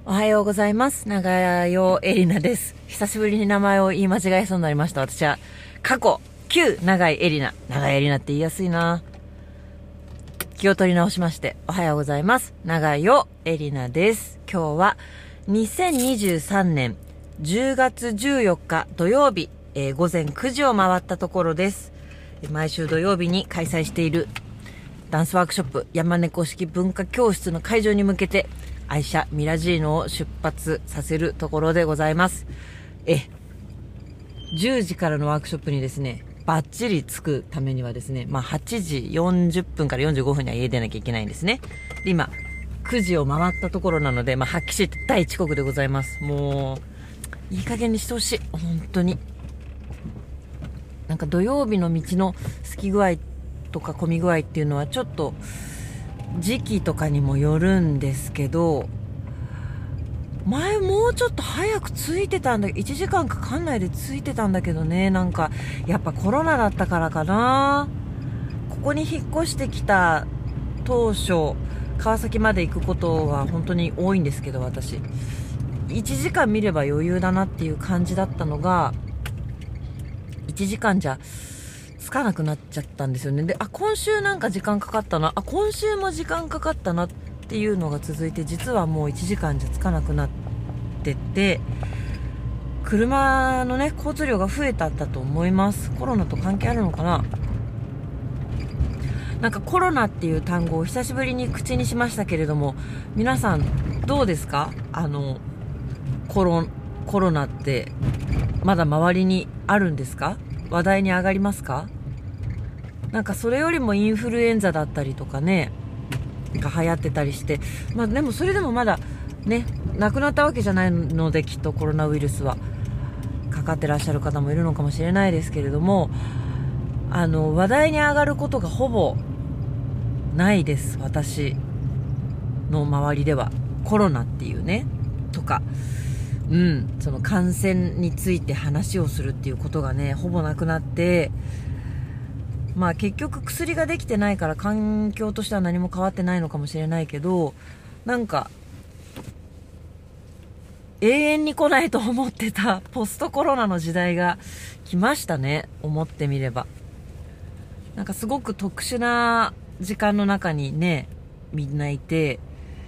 おはようございます。長代エリナです。久しぶりに名前を言い間違えそうになりました。私は過去、旧長井エリナ。長井エリナって言いやすいな。気を取り直しまして、おはようございます。長井エリナです。今日は2023年10月14日土曜日、午前9時を回ったところです。毎週土曜日に開催しているダンスワークショップ山猫式文化教室の会場に向けて愛車ミラジーノを出発させるところでございます。10時からのワークショップにですね、バッチリ着くためにはですね、8時40分から45分には家出なきゃいけないんですね。で、今、9時を回ったところなので、発揮して大遅刻でございます。もう、いい加減にしてほしい。本当に。なんか土曜日の道の好き具合とか混み具合っていうのはちょっと、時期とかにもよるんですけど、前もうちょっと早く着いてたんだ、1時間かかんないで着いてたんだけどね、なんかやっぱコロナだったからかな。ここに引っ越してきた当初川崎まで行くことは本当に多いんですけど、私1時間見れば余裕だなっていう感じだったのが1時間じゃつかなくなっちゃったんですよね。で、今週なんか時間かかったな、今週も時間かかったなっていうのが続いて、実はもう1時間じゃつかなくなってて、車のね交通量が増えたんだと思います。コロナと関係あるのかな。なんかコロナっていう単語を久しぶりに口にしましたけれども、皆さんどうですか？コロナってまだ周りにあるんですか？話題に上がりますか？なんかそれよりもインフルエンザだったりとかねが流行ってたりして、でもそれでもまだね亡くなったわけじゃないので、きっとコロナウイルスはかかってらっしゃる方もいるのかもしれないですけれども、話題に上がることがほぼないです。私の周りではコロナっていうねとか、その感染について話をするっていうことがねほぼなくなって、結局薬ができてないから環境としては何も変わってないのかもしれないけど、なんか永遠に来ないと思ってたポストコロナの時代が来ましたね。思ってみればなんかすごく特殊な時間の中にねみんないて、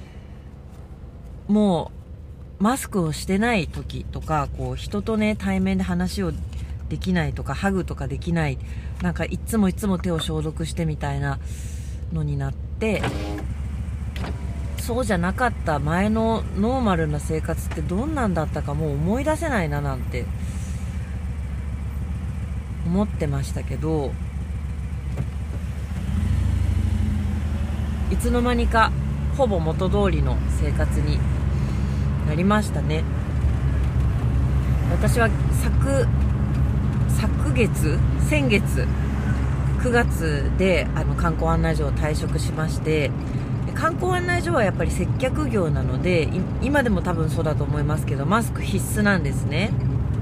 もうマスクをしてない時とか、こう人とね対面で話をできないとか、ハグとかできない、なんかいつも手を消毒してみたいなのになって、そうじゃなかった前のノーマルな生活ってどんなんだったかもう思い出せないななんて思ってましたけど、いつの間にかほぼ元通りの生活になりましたね。私は先月9月で観光案内所を退職しまして、観光案内所はやっぱり接客業なので、今でも多分そうだと思いますけど、マスク必須なんですね。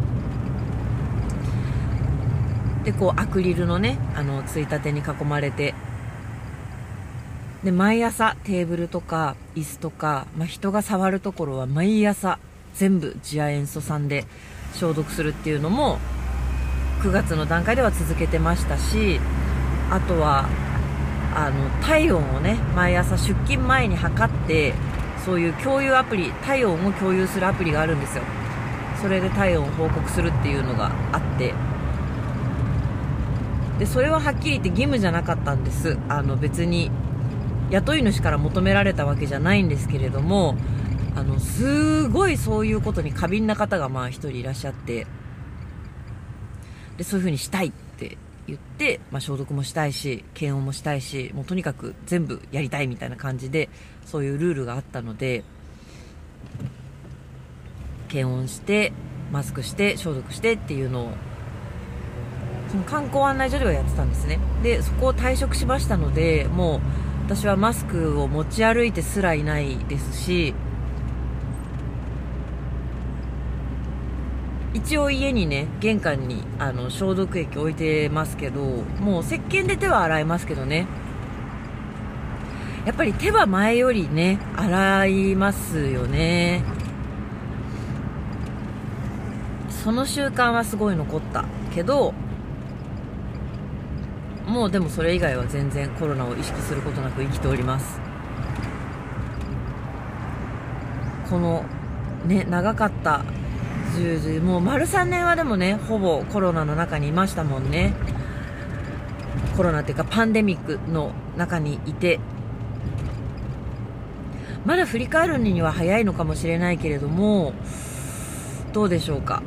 でこうアクリルのねついたてに囲まれて、で毎朝テーブルとか椅子とか、人が触るところは毎朝全部次亜塩素酸で消毒するっていうのも9月の段階では続けてましたし、あとは体温をね毎朝出勤前に測って、そういう共有アプリ、体温を共有するアプリがあるんですよ。それで体温を報告するっていうのがあって、でそれははっきり言って義務じゃなかったんです。別に雇い主から求められたわけじゃないんですけれども、すごいそういうことに過敏な方が一人いらっしゃって、でそういう風にしたいって言って、消毒もしたいし検温もしたいし、もうとにかく全部やりたいみたいな感じで、そういうルールがあったので、検温してマスクして消毒してっていうのをその観光案内所ではやってたんですね。でそこを退職しましたので、もう私はマスクを持ち歩いてすらいないですし、一応家にね玄関に消毒液置いてますけど、もう石鹸で手は洗いますけどね、やっぱり手は前よりね洗いますよね。 その習慣はすごい残ったけど、もうでもそれ以外は全然コロナを意識することなく生きております。このね、長かったもう丸3年はでもね、ほぼコロナの中にいましたもんね。コロナっていうかパンデミックの中にいて、まだ振り返るには早いのかもしれないけれども、どうでしょうか。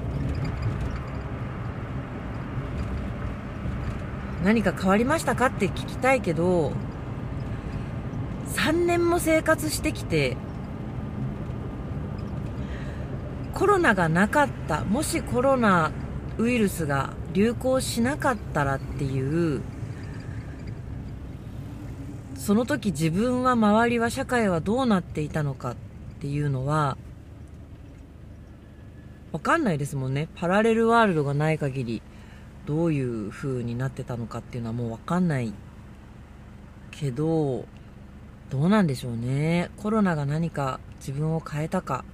何か変わりましたかって聞きたいけど、3年も生活してきて、コロナがなかった、もしコロナウイルスが流行しなかったらっていう、その時自分は、周りは、社会はどうなっていたのかっていうのは分かんないですもんね。パラレルワールドがない限りどういう風になってたのかっていうのはもう分かんないけど、どうなんでしょうね。コロナが何か自分を変えたか。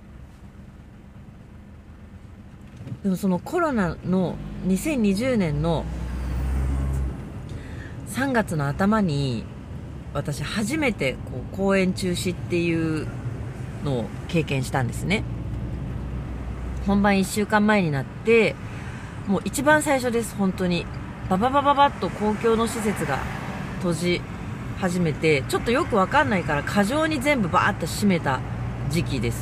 でもそのコロナの2020年の3月の頭に、私初めて公演中止っていうのを経験したんですね。本番1週間前になって、もう一番最初です。本当にバババババッと公共の施設が閉じ始めて、ちょっとよくわかんないから過剰に全部バーッと閉めた時期です。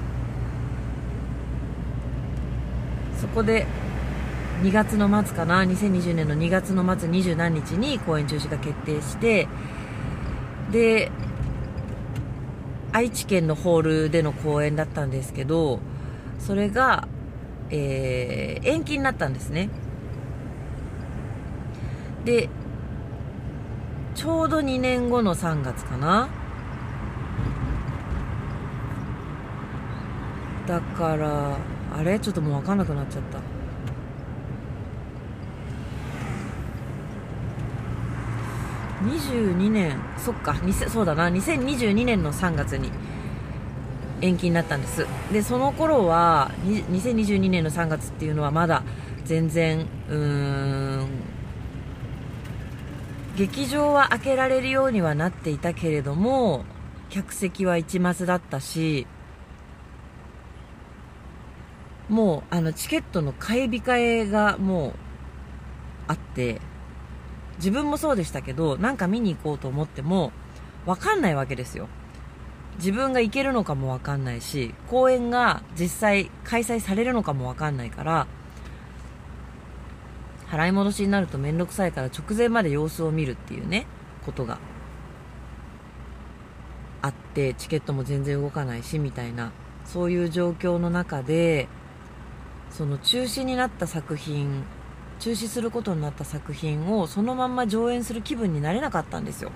そこで2月の末かな、2020年の2月の末20何日に公演中止が決定して、で愛知県のホールでの公演だったんですけど、それが、延期になったんですね。でちょうど2年後の3月かな。だからあれちょっともう分かんなくなっちゃった。22年、そっか、そうだな、2022年の3月に延期になったんです。でその頃は2022年の3月っていうのはまだ全然劇場は開けられるようにはなっていたけれども、客席は一マスだったし、もうチケットの買い控えがもうあって、自分もそうでしたけど、なんか見に行こうと思っても分かんないわけですよ。自分が行けるのかも分かんないし、公演が実際開催されるのかも分かんないから、払い戻しになると面倒くさいから直前まで様子を見るっていうね、ことがあって、チケットも全然動かないしみたいな、そういう状況の中で、その中止になった作品、中止することになった作品をそのまんま上演する気分になれなかったんですよ。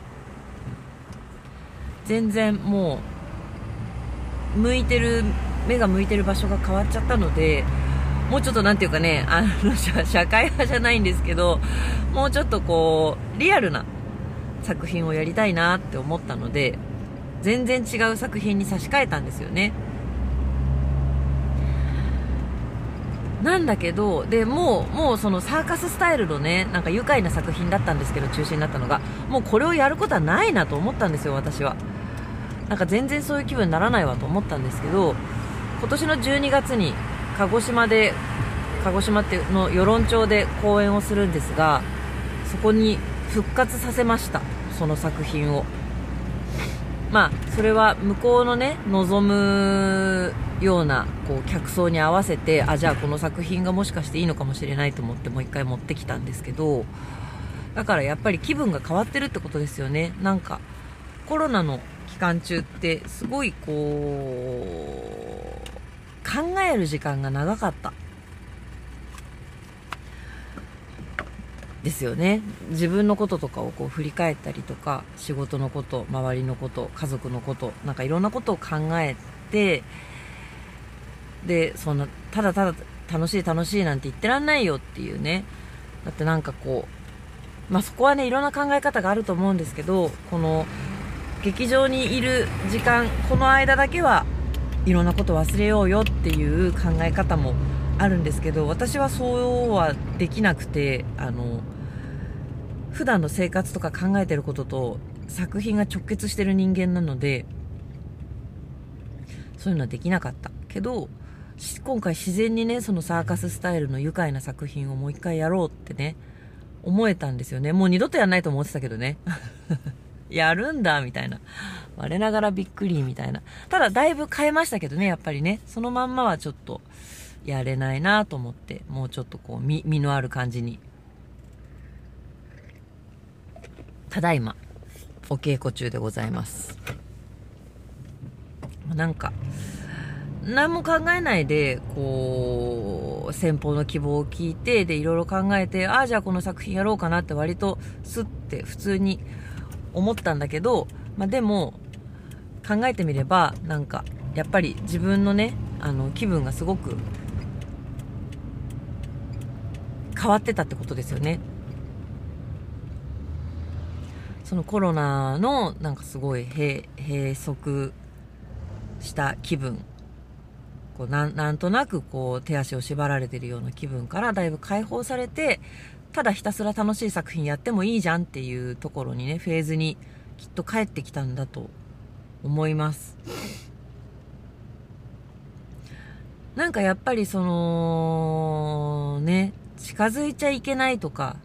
全然もう目が向いてる場所が変わっちゃったので、もうちょっとなんていうかね、社会派じゃないんですけど、もうちょっとリアルな作品をやりたいなって思ったので、全然違う作品に差し替えたんですよね。なんだけど、でもうそのサーカススタイルのね、なんか愉快な作品だったんですけど、中止になったのが、もうこれをやることはないなと思ったんですよ。私はなんか全然そういう気分にならないわと思ったんですけど、今年の12月に鹿児島っての与論町で公演をするんですが、そこに復活させました、その作品を。それは向こうのね、望むような客層に合わせて、じゃあこの作品がもしかしていいのかもしれないと思ってもう一回持ってきたんですけど、だからやっぱり気分が変わってるってことですよね。なんかコロナの期間中ってすごい考える時間が長かったですよね。自分のこととかを振り返ったりとか、仕事のこと、周りのこと、家族のこと、なんかいろんなことを考えて、でそんなただただ楽しい楽しいなんて言ってらんないよっていうね。だってなんかそこはね、いろんな考え方があると思うんですけど、この劇場にいる時間、この間だけはいろんなことを忘れようよっていう考え方もあるんですけど、私はそうはできなくて、普段の生活とか考えてることと作品が直結してる人間なので、そういうのはできなかったけど、今回自然にね、そのサーカススタイルの愉快な作品をもう一回やろうってね、思えたんですよね。もう二度とやらないと思ってたけどね。やるんだみたいな、我ながらびっくりみたいな。ただだいぶ変えましたけどね、やっぱりね、そのまんまはちょっとやれないなと思って、もうちょっとこう身のある感じに、ただいまお稽古中でございます。なんか何も考えないでこう先方の希望を聞いて、でいろいろ考えて、ああじゃあこの作品やろうかなって割とスッて普通に思ったんだけど、でも考えてみればなんかやっぱり自分のね、気分がすごく変わってたってことですよね。そのコロナのなんかすごい閉塞した気分、こうなんとなくこう手足を縛られてるような気分からだいぶ解放されて、ただひたすら楽しい作品やってもいいじゃんっていうところにね、フェーズにきっと帰ってきたんだと思います。なんかやっぱりそのね、近づいちゃいけないとか、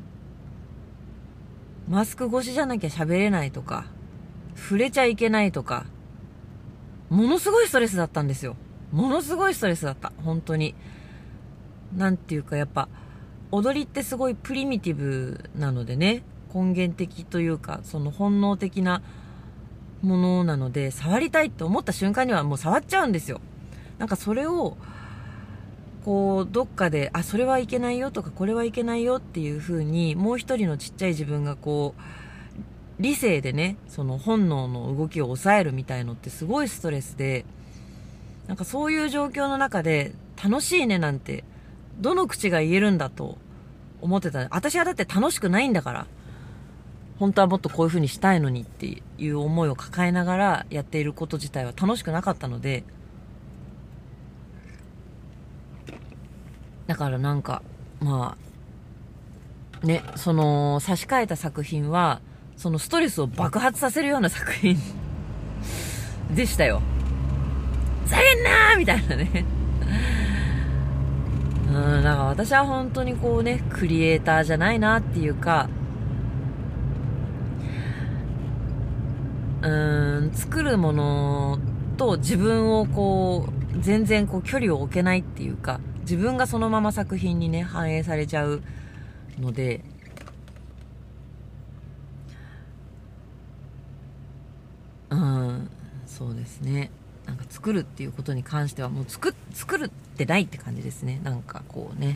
マスク越しじゃなきゃ喋れないとか、触れちゃいけないとか、ものすごいストレスだったんですよ。ものすごいストレスだった。本当に。なんていうかやっぱ、踊りってすごいプリミティブなのでね、根源的というか、その本能的なものなので、触りたいって思った瞬間にはもう触っちゃうんですよ。なんかそれを、こう、どっかで、あ、それはいけないよとか、これはいけないよっていう風に、もう一人のちっちゃい自分がこう、理性でね、その本能の動きを抑えるみたいのってすごいストレスで、なんかそういう状況の中で楽しいねなんてどの口が言えるんだと思ってた。私はだって楽しくないんだから、本当はもっとこういう風にしたいのにっていう思いを抱えながらやっていること自体は楽しくなかったので、だからなんかね、その差し替えた作品はそのストレスを爆発させるような作品でしたよ。ざけんなーみたいなね。だから私は本当にこうね、クリエイターじゃないなっていうか、作るものと自分をこう全然こう距離を置けないっていうか、自分がそのまま作品にね反映されちゃうので、そうですね。なんか作るっていうことに関してはもう作るってないって感じですね。なんかこうね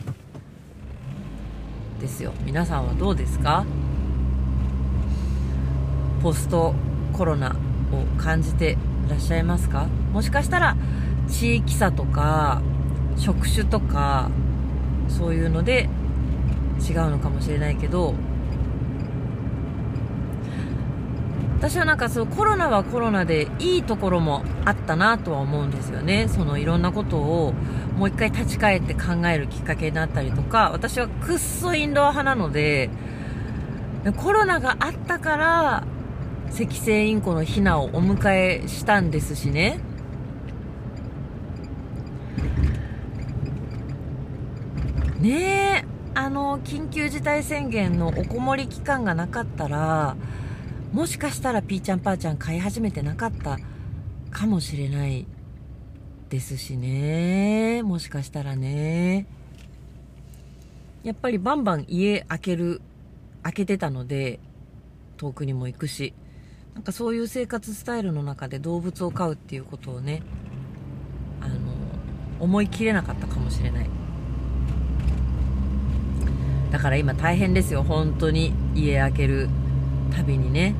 ですよ。皆さんはどうですか？ポストコロナを感じていらっしゃいますか？もしかしたら地域差とか職種とかそういうので違うのかもしれないけど、私はなんかそうコロナはコロナでいいところもあったなとは思うんですよね。そのいろんなことをもう一回立ち返って考えるきっかけになったりとか、私はくっそインドア派なので、コロナがあったから赤星インコのヒナをお迎えしたんですしね。ねえ、緊急事態宣言のおこもり期間がなかったら、もしかしたらピーちゃんパーちゃん飼い始めてなかったかもしれないですしね。もしかしたらね、やっぱりバンバン家開けてたので、遠くにも行くし、なんかそういう生活スタイルの中で動物を飼うっていうことをね、思い切れなかったかもしれない。だから今大変ですよ、本当に。家開けるたびにね、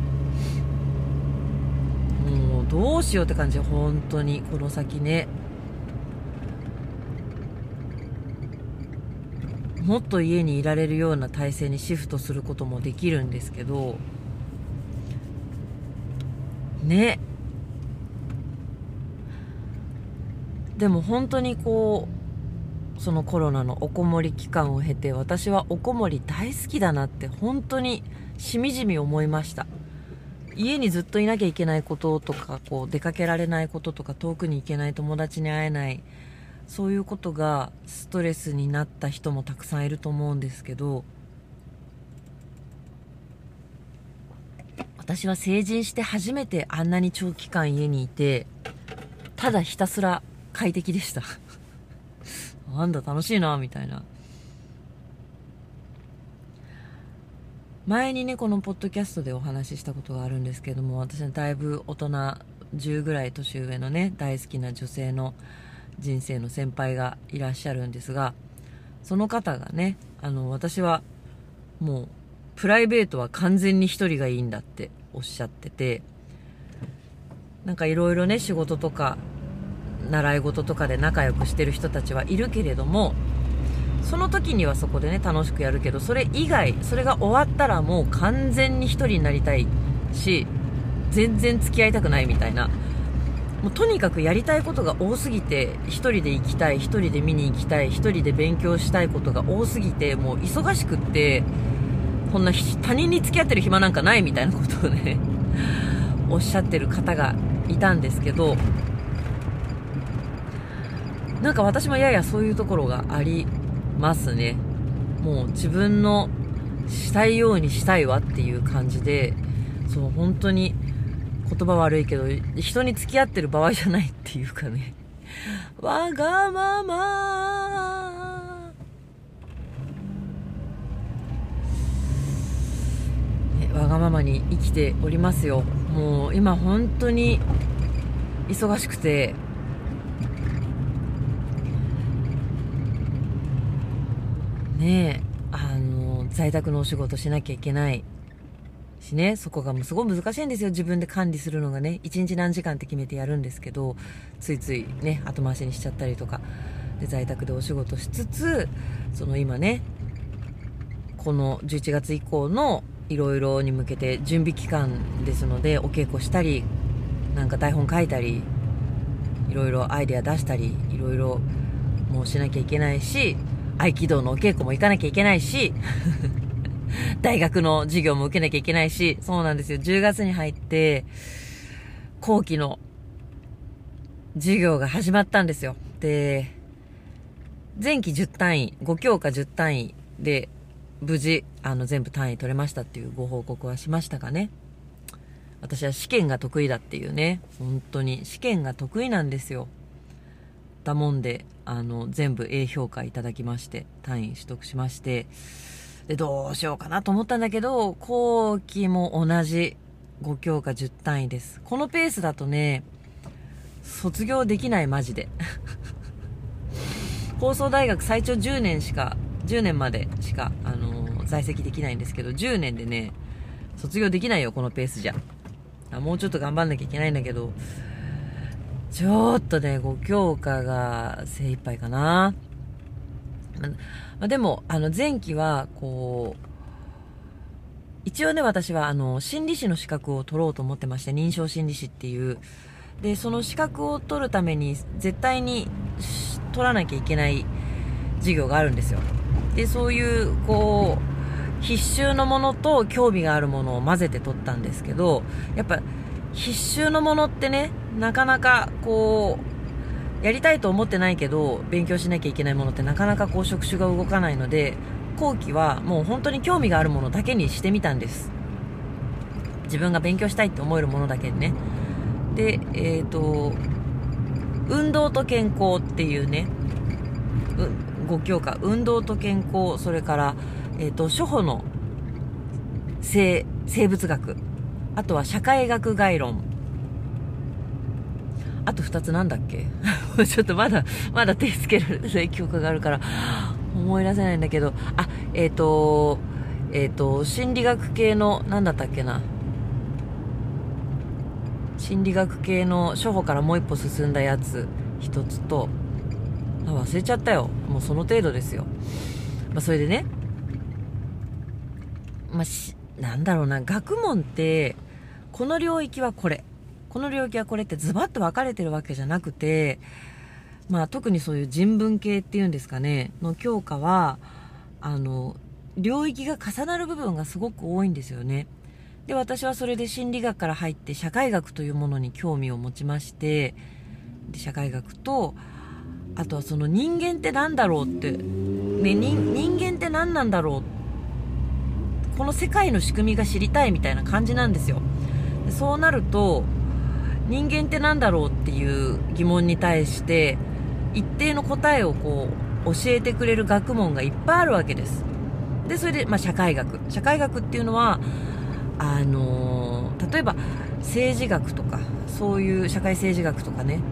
もうどうしようって感じ。本当にこの先ね、もっと家にいられるような体制にシフトすることもできるんですけどね。でも本当にこうそのコロナのおこもり期間を経て、私はおこもり大好きだなって本当にしみじみ思いました。家にずっといなきゃいけないこととか、こう出かけられないこととか、遠くに行けない、友達に会えない、そういうことがストレスになった人もたくさんいると思うんですけど、私は成人して初めてあんなに長期間家にいて、ただひたすら快適でしたなんだ楽しいなみたいな。前にね、このポッドキャストでお話ししたことがあるんですけども、私はだいぶ大人、10ぐらい年上のね、大好きな女性の人生の先輩がいらっしゃるんですが、その方がね、私はもうプライベートは完全に一人がいいんだっておっしゃってて、なんかいろいろね、仕事とか習い事とかで仲良くしてる人たちはいるけれども、その時にはそこでね楽しくやるけど、それ以外、それが終わったらもう完全に一人になりたいし、全然付き合いたくないみたいな、もうとにかくやりたいことが多すぎて、一人で行きたい、一人で見に行きたい、一人で勉強したいことが多すぎて、もう忙しくって、こんな他人に付き合ってる暇なんかないみたいなことをねおっしゃってる方がいたんですけど、なんか私もややそういうところがありますね。もう自分のしたいようにしたいわっていう感じで、そう本当に言葉悪いけど人に付き合ってる場合じゃないっていうかね、わがまま、ね、わがままに生きておりますよ。もう今本当に忙しくて、ねえ、在宅のお仕事しなきゃいけないしね、そこがもうすごい難しいんですよ。自分で管理するのがね、1日何時間って決めてやるんですけど、ついついね後回しにしちゃったりとかで、在宅でお仕事しつつ、その今ね、この11月以降のいろいろに向けて準備期間ですので、お稽古したり、なんか台本書いたり、いろいろアイデア出したり、いろいろもうしなきゃいけないし、合気道のお稽古も行かなきゃいけないし大学の授業も受けなきゃいけないし、そうなんですよ。10月に入って後期の授業が始まったんですよ。で、前期10単位、5教科10単位で無事全部単位取れましたっていうご報告はしましたかね。私は試験が得意だっていうね、本当に試験が得意なんですよ。だもんで全部 A 評価いただきまして、単位取得しまして、でどうしようかなと思ったんだけど、後期も同じ5教科10単位です。このペースだとね卒業できない、マジで放送大学最長10年までしか在籍できないんですけど、10年でね卒業できないよ、このペースじゃ。もうちょっと頑張んなきゃいけないんだけど、ちょっとね5教科が精一杯かな。でも前期はこう一応ね、私は心理師の資格を取ろうと思ってまして、認証心理師っていう。でその資格を取るために絶対に取らなきゃいけない授業があるんですよ。でそういうこう必修のものと興味があるものを混ぜて取ったんですけど、やっぱ必修のものってね、なかなかこうやりたいと思ってないけど勉強しなきゃいけないものってなかなかこう触手が動かないので、後期はもう本当に興味があるものだけにしてみたんです。自分が勉強したいって思えるものだけにね。で運動と健康っていうね、5教科、運動と健康、それから初歩の生物学、あとは社会学概論、あと2つなんだっけちょっとまだ手つけられない教科があるから思い出せないんだけど、心理学系のなんだったっけな、心理学系の初歩からもう一歩進んだやつ一つと、忘れちゃったよ、もうその程度ですよ。それでね、なんだろうな、学問ってこの領域はこれ、この領域はこれってズバッと分かれてるわけじゃなくて、 まあ特にそういう人文系っていうんですかね、の教科は、領域が重なる部分がすごく多いんですよね。で、私はそれで心理学から入って社会学というものに興味を持ちまして、で社会学と、あとはその人間って何だろうって、ね、人間って何なんだろう、この世界の仕組みが知りたいみたいな感じなんですよ。でそうなると、人間って何だろうっていう疑問に対して一定の答えをこう教えてくれる学問がいっぱいあるわけです。でそれで、社会学っていうのは例えば政治学とか、そういう社会政治学とかね、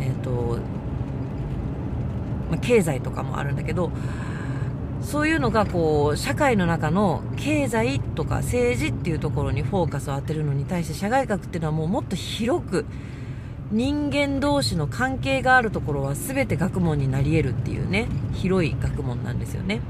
経済とかもあるんだけど、そういうのがこう社会の中の経済とか政治っていうところにフォーカスを当てるのに対して、社会学っていうのはもうもっと広く人間同士の関係があるところは全て学問になり得るっていうね、広い学問なんですよね。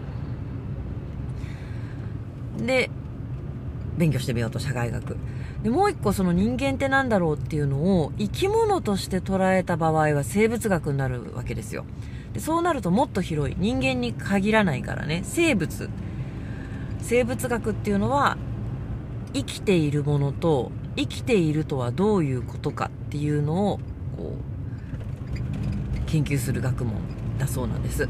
で勉強してみようと、社会学で、もう一個その人間ってなんだろうっていうのを生き物として捉えた場合は生物学になるわけですよ。でそうなるともっと広い、人間に限らないからね、生物学っていうのは生きているものと、生きているとはどういうことかっていうのをこう研究する学問だそうなんです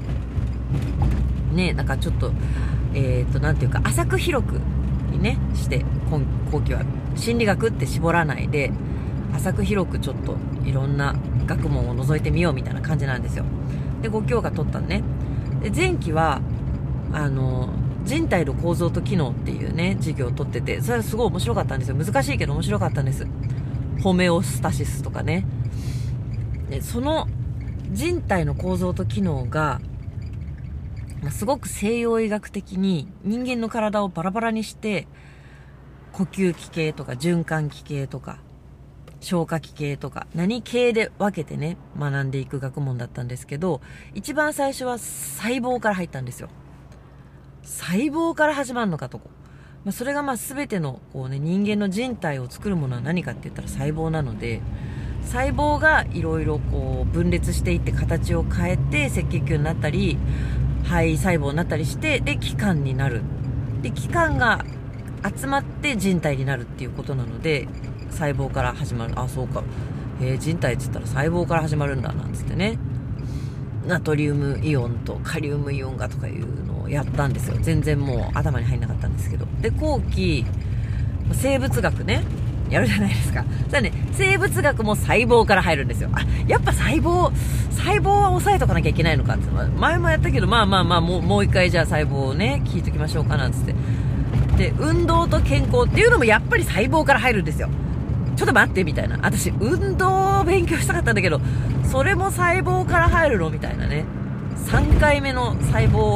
ね。だからちょっとなんていうか、浅く広くにねして、後期は心理学って絞らないで浅く広くちょっといろんな学問を覗いてみようみたいな感じなんですよ。で5教科取ったのね。で前期は人体の構造と機能っていうね授業を取ってて、それはすごい面白かったんですよ。難しいけど面白かったんです。ホメオスタシスとかね。でその人体の構造と機能がすごく西洋医学的に人間の体をバラバラにして、呼吸器系とか循環器系とか消化器系とか何系で分けてね学んでいく学問だったんですけど、一番最初は細胞から入ったんですよ。細胞から始まるのかとこ、それが全てのこう、ね、人間の人体を作るものは何かって言ったら細胞なので、細胞がいろいろこう分裂していって形を変えて赤血球になったり肺細胞になったりして、で器官になる、で器官が集まって人体になるっていうことなので、細胞から始まる。あ、そうか、人体って言ったら細胞から始まるんだなんつってね、ナトリウムイオンとカリウムイオンがとかいうのをやったんですよ。全然もう頭に入んなかったんですけど、で後期生物学ねやるじゃないですか。そしたらね、生物学も細胞から入るんですよ。あ、やっぱ細胞は抑えとかなきゃいけないのかって、前もやったけど、もう一回じゃあ細胞をね聞いときましょうかなんつって、で運動と健康っていうのもやっぱり細胞から入るんですよ。ちょっと待ってみたいな、私運動を勉強したかったんだけどそれも細胞から入るのみたいなね。3回目の細胞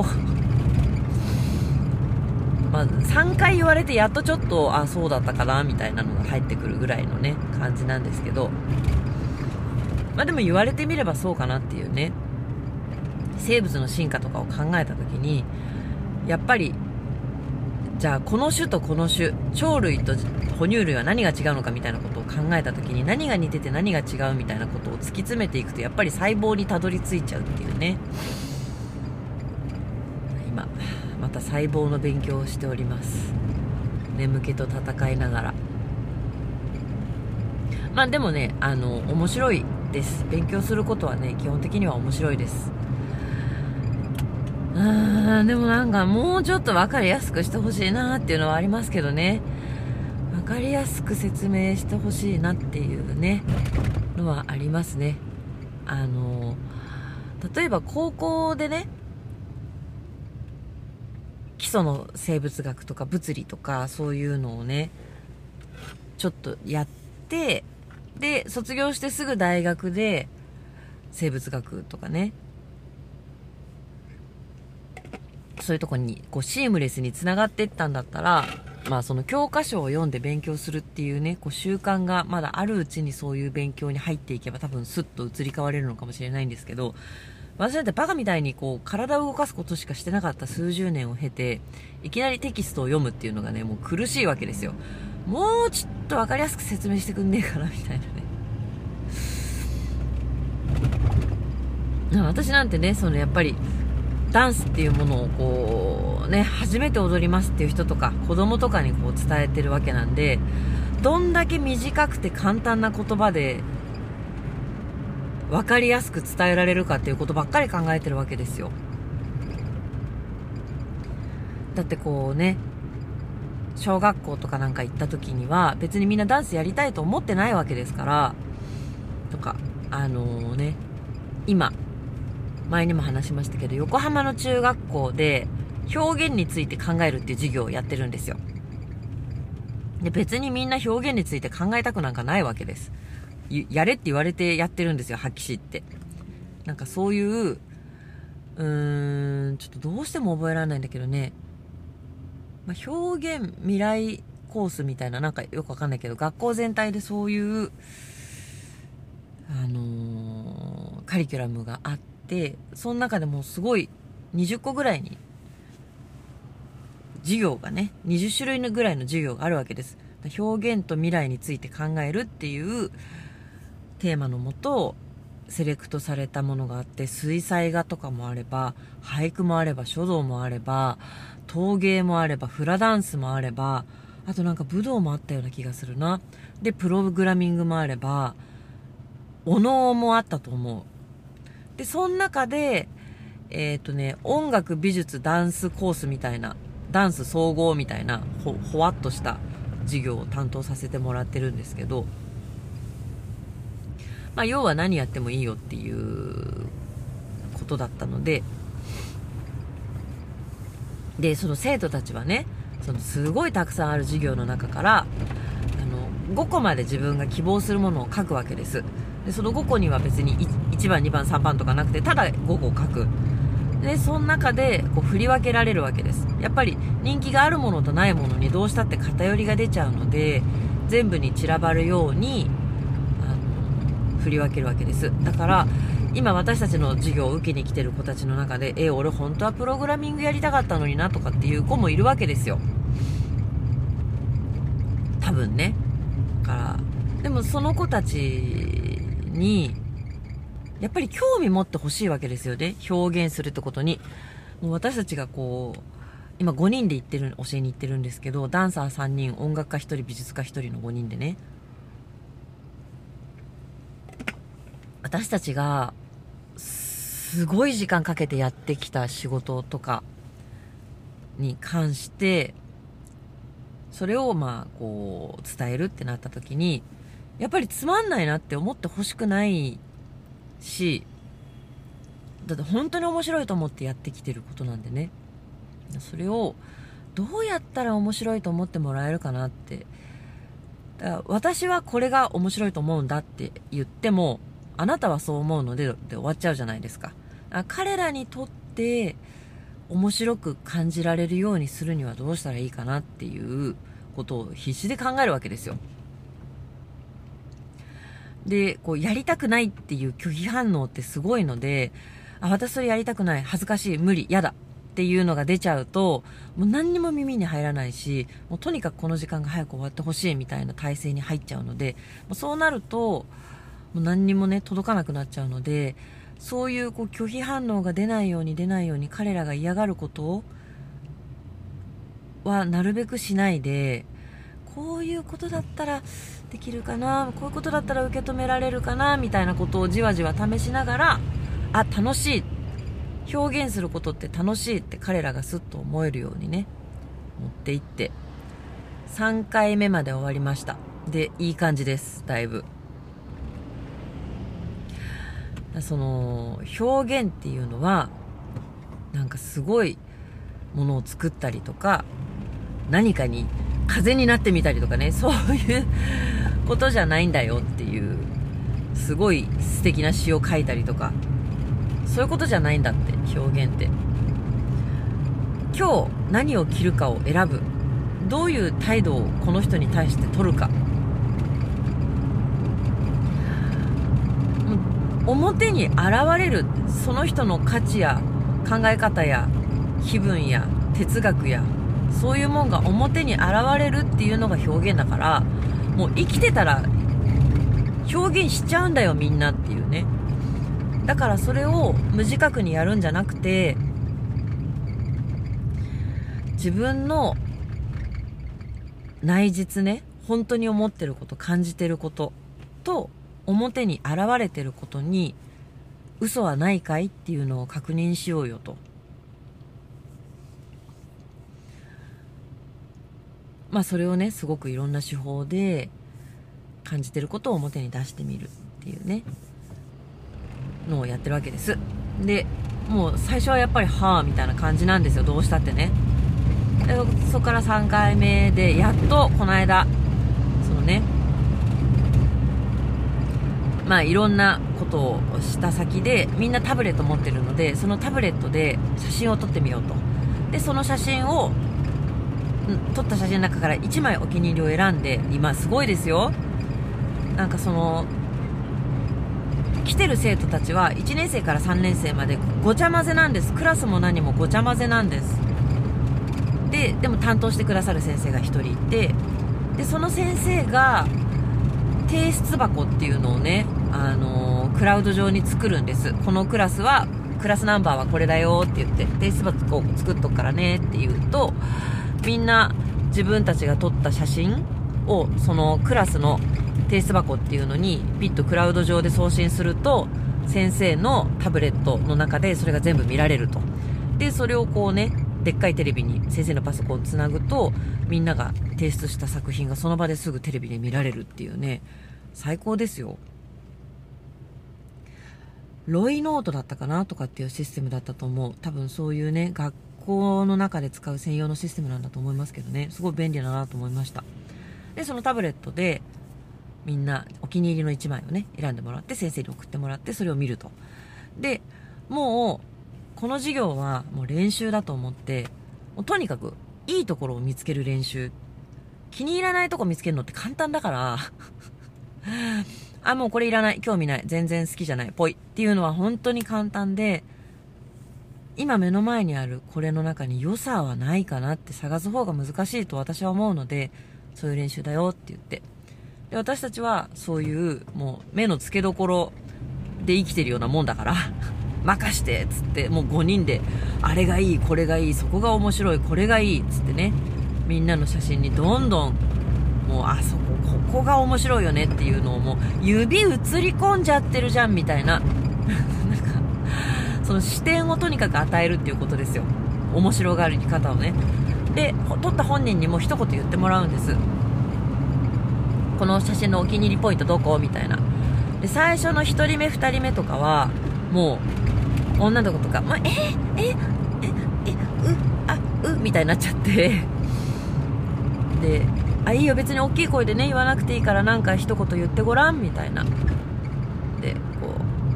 3回言われてやっとちょっとそうだったかなみたいなのが入ってくるぐらいのね感じなんですけど、でも言われてみればそうかなっていうね。生物の進化とかを考えた時に、やっぱりじゃあこの種とこの種、鳥類と哺乳類は何が違うのかみたいなことを考えた時に、何が似てて何が違うみたいなことを突き詰めていくと、やっぱり細胞にたどり着いちゃうっていうね。今また細胞の勉強をしております。眠気と戦いながら。でもね面白いです。勉強することはね基本的には面白いです。でもなんかもうちょっと分かりやすくしてほしいなっていうのはありますけどね。分かりやすく説明してほしいなっていうねのはありますね。例えば高校でね、基礎の生物学とか物理とかそういうのをねちょっとやって、で卒業してすぐ大学で生物学とかね、そういうとこにこうシームレスにつながっていったんだったら、その教科書を読んで勉強するっていうねこう習慣がまだあるうちにそういう勉強に入っていけば多分スッと移り変われるのかもしれないんですけど、私だってバカみたいにこう体を動かすことしかしてなかった数十年を経て、いきなりテキストを読むっていうのがねもう苦しいわけですよ。もうちょっと分かりやすく説明してくんねえかなみたいなね。 私なんてね、やっぱりダンスっていうものをこうね、初めて踊りますっていう人とか子供とかにこう伝えてるわけなんで、どんだけ短くて簡単な言葉で分かりやすく伝えられるかっていうことばっかり考えてるわけですよ。だってこうね、小学校とかなんか行った時には別にみんなダンスやりたいと思ってないわけですから、とかね、今前にも話しましたけど、横浜の中学校で表現について考えるっていう授業をやってるんですよ。で、別にみんな表現について考えたくなんかないわけです。やれって言われてやってるんですよ、発揮しって。なんかそういうちょっとどうしても覚えられないんだけどね、表現未来コースみたいな、なんかよくわかんないけど、学校全体でそういうカリキュラムがあって、その中でもすごい20個ぐらいに授業がね、20種類ぐらいの授業があるわけです。表現と未来について考えるっていうテーマのもとセレクトされたものがあって、水彩画とかもあれば、俳句もあれば、書道もあれば、陶芸もあれば、フラダンスもあれば、あとなんか武道もあったような気がするな。で、プログラミングもあれば、お能もあったと思う。で、その中で音楽美術ダンスコースみたいな、ダンス総合みたいなほわっとした授業を担当させてもらってるんですけど、要は何やってもいいよっていうことだったので、その生徒たちはね、すごいたくさんある授業の中から5個まで自分が希望するものを書くわけです。でその5個には別に1番2番3番とかなくて、ただ5個書く。でその中でこう振り分けられるわけです。やっぱり人気があるものとないものにどうしたって偏りが出ちゃうので、全部に散らばるように振り分けるわけです。だから今私たちの授業を受けに来てる子たちの中で、俺本当はプログラミングやりたかったのになとかっていう子もいるわけですよ、多分ね。だからでもその子たちにやっぱり興味持ってほしいわけですよね、表現するってことに。もう私たちがこう今5人で教えに行ってるんですけど、ダンサー3人、音楽家1人、美術家1人の5人でね、私たちがすごい時間かけてやってきた仕事とかに関して、それをこう伝えるってなった時に、やっぱりつまんないなって思ってほしくないし、だって本当に面白いと思ってやってきてることなんでね。それをどうやったら面白いと思ってもらえるかなって。だから私はこれが面白いと思うんだって言っても、あなたはそう思うので終わっちゃうじゃないですか。彼らにとって面白く感じられるようにするにはどうしたらいいかなっていうことを必死で考えるわけですよ。でこうやりたくないっていう拒否反応ってすごいので、私それやりたくない、恥ずかしい、無理、やだっていうのが出ちゃうと、もう何にも耳に入らないし、もうとにかくこの時間が早く終わってほしいみたいな体制に入っちゃうので、もうそうなるともう何にもね届かなくなっちゃうので、そういう拒否反応が出ないように彼らが嫌がることはなるべくしないで、こういうことだったらできるかな、こういうことだったら受け止められるかなみたいなことをじわじわ試しながら、楽しい、表現することって楽しいって彼らがスッと思えるようにね持っていって、3回目まで終わりました。でいい感じです。だいぶその表現っていうのはなんかすごいものを作ったりとか、何かに風になってみたりとかね、そういうことじゃないんだよっていう、すごい素敵な詩を書いたりとか、そういうことじゃないんだって。表現って今日何を着るかを選ぶ、どういう態度をこの人に対して取るか、表に現れるその人の価値や考え方や気分や哲学やそういうもんが表に現れるっていうのが表現だから、もう生きてたら表現しちゃうんだよみんなっていうね。 だからそれを無自覚にやるんじゃなくて、自分の内実ね、本当に思ってること、感じてることと表に現れてることに嘘はないかいっていうのを確認しようよと。まあそれをね、すごくいろんな手法で感じてることを表に出してみるっていうねのをやってるわけです。でもう最初はやっぱりはぁみたいな感じなんですよ、どうしたってね。でそこから3回目でやっとこの間そのね、まあいろんなことをした先でみんなタブレット持ってるので、そのタブレットで写真を撮ってみようと。でその写真を撮った写真の中から1枚お気に入りを選んで、今すごいですよ。なんかその来てる生徒たちは1年生から3年生までごちゃ混ぜなんです。クラスも何もごちゃ混ぜなんです。でも担当してくださる先生が1人いて、でその先生が提出箱っていうのをね、クラウド上に作るんです。このクラスはクラスナンバーはこれだよって言って提出箱を作っとくからねって言うと、みんな自分たちが撮った写真をそのクラスの提出箱っていうのにピッとクラウド上で送信すると、先生のタブレットの中でそれが全部見られると。でそれをこうね、でっかいテレビに先生のパソコンをつなぐと、みんなが提出した作品がその場ですぐテレビで見られるっていうね、最高ですよ。ロイノートだったかなとかっていうシステムだったと思う。多分そういうね、学校の中で使う専用のシステムなんだと思いますけどね、すごい便利だなと思いました。でそのタブレットでみんなお気に入りの1枚をね選んでもらって、先生に送ってもらって、それを見ると。でもうこの授業はもう練習だと思って、もうとにかくいいところを見つける練習。気に入らないとこ見つけるのって簡単だからあ、もうこれいらない、興味ない、全然好きじゃない、ぽいっていうのは本当に簡単で、今目の前にあるこれの中に良さはないかなって探す方が難しいと私は思うので、そういう練習だよって言って、で私たちはそういうもう目の付けどころで生きてるようなもんだから任してっつって、もう5人であれがいい、これがいい、そこが面白い、これがいいっつってね、みんなの写真にどんどんもうあそこここが面白いよねっていうのをもう指映り込んじゃってるじゃんみたいななんかその視点をとにかく与えるっていうことですよ、面白がり方をね。で撮った本人にも一言言ってもらうんです。この写真のお気に入りポイントどこみたいな。で最初の1人目2人目とかはもう女の子とか、まあ、みたいになっちゃってで、あ、いいよ別に大きい声でね言わなくていいからなんか一言言ってごらんみたいな。でこ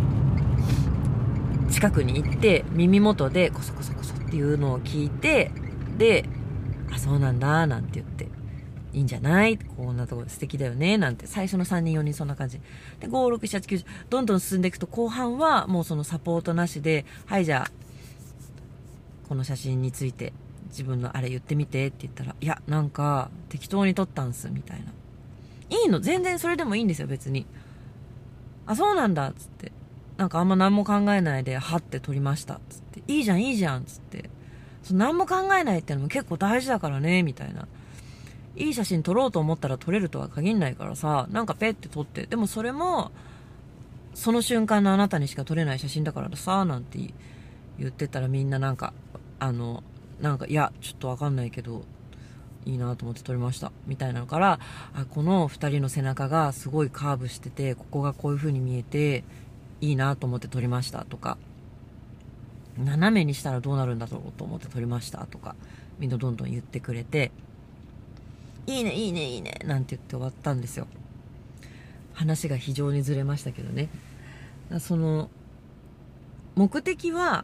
う近くに行って耳元でコソコソコソっていうのを聞いて、で、あ、そうなんだなんて言って、いいんじゃない、こんなところ素敵だよねなんて、最初の3人4人そんな感じで、5、6、7、8、9どんどん進んでいくと、後半はもうそのサポートなしで、はい、じゃあこの写真について自分のあれ言ってみてって言ったら、いやなんか適当に撮ったんすみたいな。いいの、全然それでもいいんですよ別に。あ、そうなんだっつって、なんかあんま何も考えないではって撮りましたっつって、いいじゃんいいじゃんっつって、その何も考えないってのも結構大事だからねみたいな。いい写真撮ろうと思ったら撮れるとは限んないからさ、なんかペッて撮って、でもそれもその瞬間のあなたにしか撮れない写真だからさなんて言ってたら、みんななんかなんかいやちょっとわかんないけどいいなと思って撮りましたみたいなのから、あ、この2人の背中がすごいカーブしてて、ここがこういう風に見えていいなと思って撮りましたとか、斜めにしたらどうなるんだろうと思って撮りましたとか、みんなどんどん言ってくれて、いいねいいねいいねなんて言って終わったんですよ。話が非常にずれましたけどね。その目的は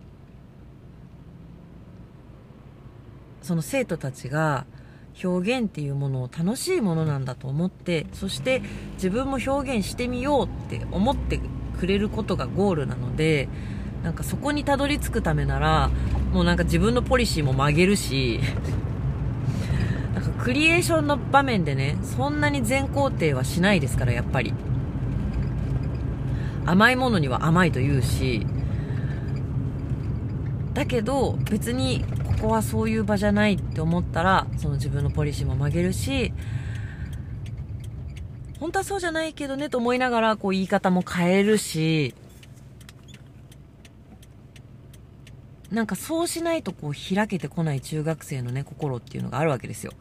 その生徒たちが表現っていうものを楽しいものなんだと思って、そして自分も表現してみようって思ってくれることがゴールなので、なんかそこにたどり着くためならもうなんか自分のポリシーも曲げるしなんかクリエーションの場面でね、そんなに全肯定はしないですから、やっぱり甘いものには甘いと言うし、だけど別にここはそういう場じゃないって思ったら、その自分のポリシーも曲げるし、本当はそうじゃないけどねと思いながらこう言い方も変えるし、なんかそうしないとこう開けてこない中学生のね心っていうのがあるわけですよ。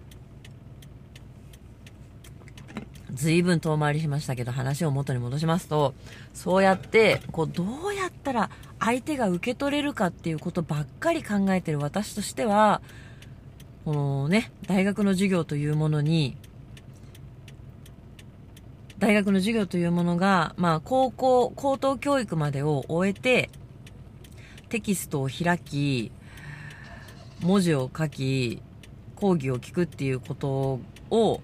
随分遠回りしましたけど、話を元に戻しますと、そうやってこうどうやったら相手が受け取れるかっていうことばっかり考えてる私としては、このね大学の授業というものが、まあ高等教育までを終えてテキストを開き、文字を書き、講義を聞くっていうことを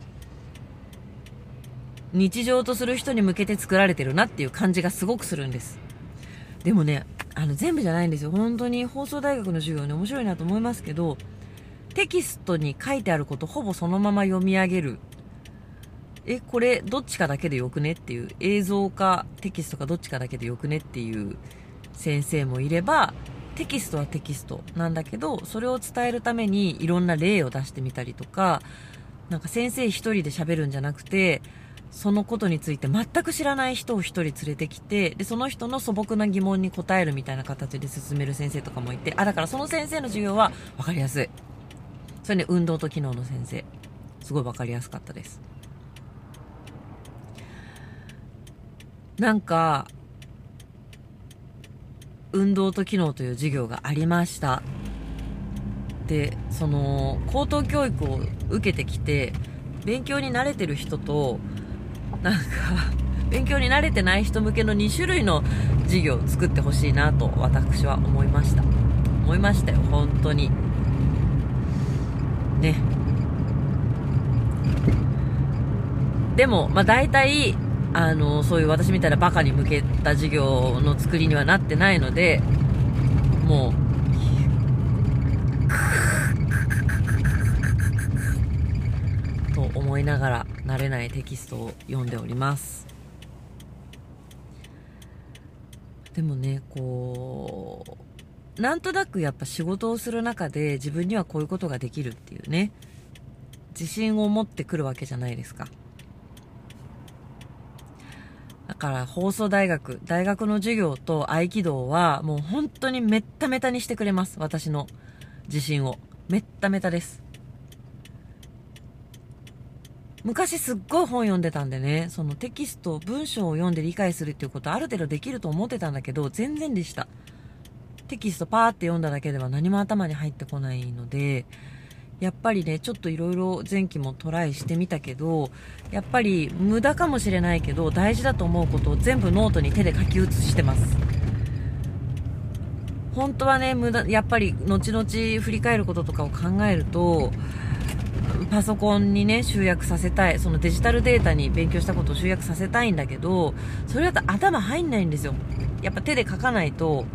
日常とする人に向けて作られてるなっていう感じがすごくするんです。でもね、全部じゃないんですよ。本当に放送大学の授業ね、面白いなと思いますけど、テキストに書いてあることほぼそのまま読み上げる。これどっちかだけでよくねっていう、映像かテキストかどっちかだけでよくねっていう先生もいれば、テキストはテキストなんだけど、それを伝えるためにいろんな例を出してみたりとか、なんか先生一人で喋るんじゃなくて、そのことについて全く知らない人を一人連れてきて、でその人の素朴な疑問に答えるみたいな形で進める先生とかもいて、だからその先生の授業は分かりやすい。それね、運動と機能の先生すごい分かりやすかったです。なんか運動と機能という授業がありました。でその高等教育を受けてきて勉強に慣れてる人と、なんか勉強に慣れてない人向けの2種類の授業を作ってほしいなと私は思いましたよ、本当にね。でも大体そういう私みたいなバカに向けた授業の作りにはなってないので、もうと思いながら慣れないテキストを読んでおります。でもね、こうなんとなくやっぱ仕事をする中で自分にはこういうことができるっていうね、自信を持ってくるわけじゃないですか。だから放送大学の授業と合気道はもう本当にめっためたにしてくれます。私の自信をめっためたです。昔すっごい本読んでたんでね、そのテキスト文章を読んで理解するっていうことある程度できると思ってたんだけど、全然でした。テキストパーって読んだだけでは何も頭に入ってこないので、やっぱりねちょっといろいろ前期もトライしてみたけど、やっぱり無駄かもしれないけど大事だと思うことを全部ノートに手で書き写してます。本当はねやっぱり後々振り返ることとかを考えると、パソコンにね集約させたい、そのデジタルデータに勉強したことを集約させたいんだけど、それだと頭入んないんですよ。やっぱ手で書かないと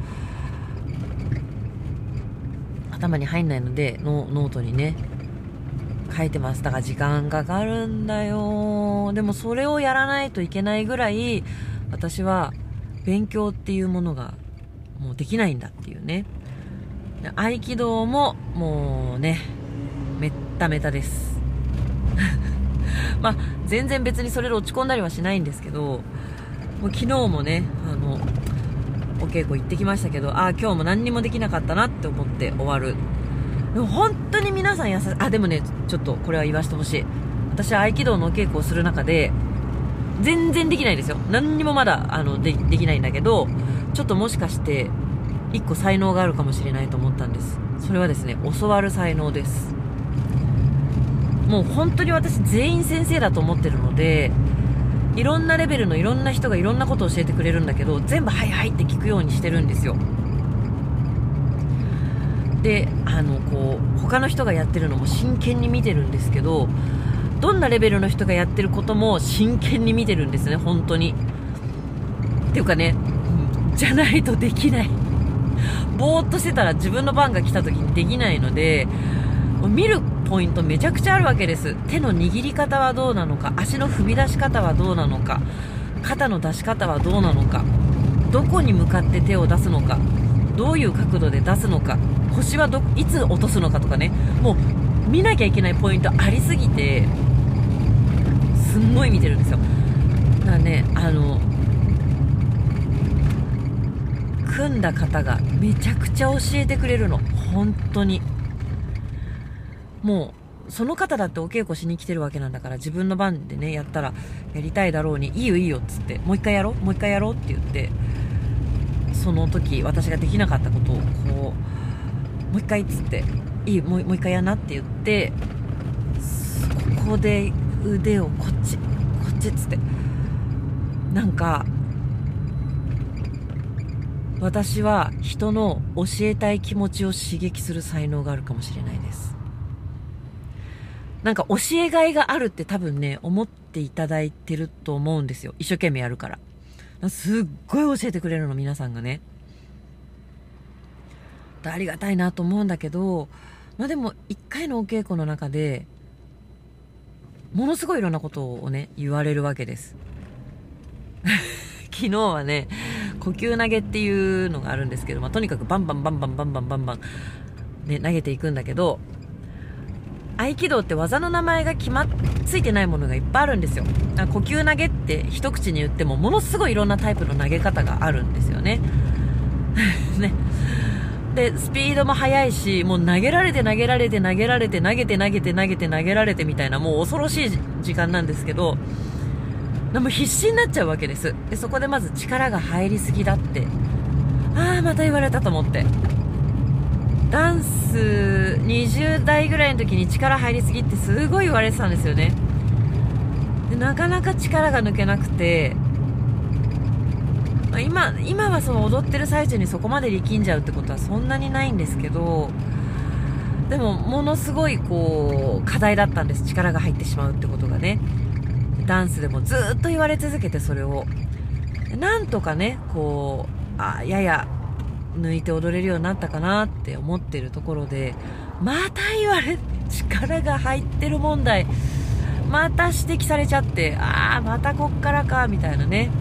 頭に入んないので、ノートにね書いてます。だから時間かかるんだよ。でもそれをやらないといけないぐらい私は勉強っていうものがもうできないんだっていうね。合気道ももうねめっためたです全然別にそれで落ち込んだりはしないんですけど、もう昨日もねお稽古行ってきましたけど、今日も何にもできなかったなって思って終わる。でも本当に皆さん優しい。でもねちょっとこれは言わせてほしい。私は合気道のお稽古をする中で全然できないですよ。何にもまだできないんだけど、ちょっともしかして一個才能があるかもしれないと思ったんです。それはですね、教わる才能です。もう本当に私全員先生だと思ってるので、いろんなレベルのいろんな人がいろんなことを教えてくれるんだけど、全部はいはいって聞くようにしてるんですよ。でこう他の人がやってるのも真剣に見てるんですけど、どんなレベルの人がやってることも真剣に見てるんですね、本当に。っていうかね、じゃないとできない。ぼーっとしてたら自分の番が来た時にできないので、見るポイントめちゃくちゃあるわけです。手の握り方はどうなのか、足の踏み出し方はどうなのか、 肩の出し方はどうなのか、どこに向かって手を出すのか、どういう角度で出すのか、腰はいつ落とすのかとかね、もう見なきゃいけないポイントありすぎて、すんごい見てるんですよ。だからね、組んだ方がめちゃくちゃ教えてくれるの、本当に。もうその方だってお稽古しに来てるわけなんだから、自分の番でねやったらやりたいだろうに、いいよいいよっつって、もう一回やろうもう一回やろうって言って、その時私ができなかったことをこう、もう一回っつって、いい、もう一回やなって言って、ここで腕をこっちっつって、なんか私は人の教えたい気持ちを刺激する才能があるかもしれないです。なんか教えがいがあるって多分ね、思っていただいてると思うんですよ。一生懸命やるから。すっごい教えてくれるの、皆さんがね。ありがたいなと思うんだけど、でも一回のお稽古の中でものすごいいろんなことをね言われるわけです。昨日はね、呼吸投げっていうのがあるんですけど、とにかくバンバン、ね、投げていくんだけど、合気道って技の名前がついてないものがいっぱいあるんですよ。呼吸投げって一口に言ってもものすごいいろんなタイプの投げ方があるんですよね。ね。でスピードも速いし、もう投げられて投げられて投げられて投げて投げて投げて投げられてみたいな、もう恐ろしい時間なんですけど、でも必死になっちゃうわけです。でそこでまず力が入りすぎだって、また言われたと思って、ダンス20代ぐらいの時に力入りすぎってすごい言われてたんですよね。でなかなか力が抜けなくて、今はその踊ってる最中にそこまで力んじゃうってことはそんなにないんですけど、でもものすごいこう課題だったんです、力が入ってしまうってことがね。ダンスでもずっと言われ続けて、それをなんとかねこうやや抜いて踊れるようになったかなって思ってるところで、また力が入ってる問題また指摘されちゃって、またこっからかみたいなね。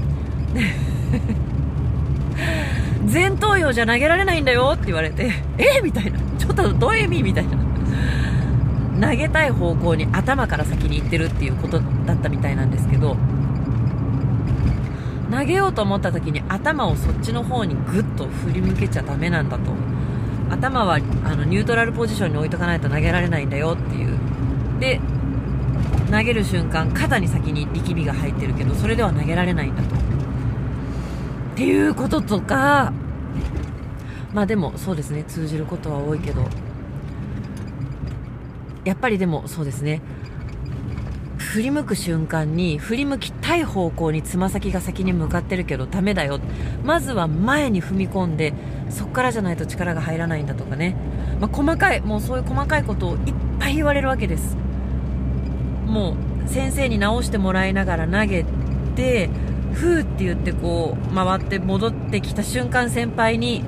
前頭葉じゃ投げられないんだよって言われて、みたいな、ちょっとどういう意味みたいな。投げたい方向に頭から先に行ってるっていうことだったみたいなんですけど、投げようと思った時に頭をそっちの方にグッと振り向けちゃダメなんだと。頭はニュートラルポジションに置いとかないと投げられないんだよっていう。で投げる瞬間肩に先に力みが入ってるけど、それでは投げられないんだとっていうこととか、でもそうですね、通じることは多いけど、やっぱりでもそうですね、振り向く瞬間に振り向きたい方向につま先が先に向かってるけどダメだよ、まずは前に踏み込んでそっからじゃないと力が入らないんだとかね、もうそういう細かいことをいっぱい言われるわけです。もう先生に直してもらいながら投げて、ふーって言ってこう回って戻ってきた瞬間、先輩に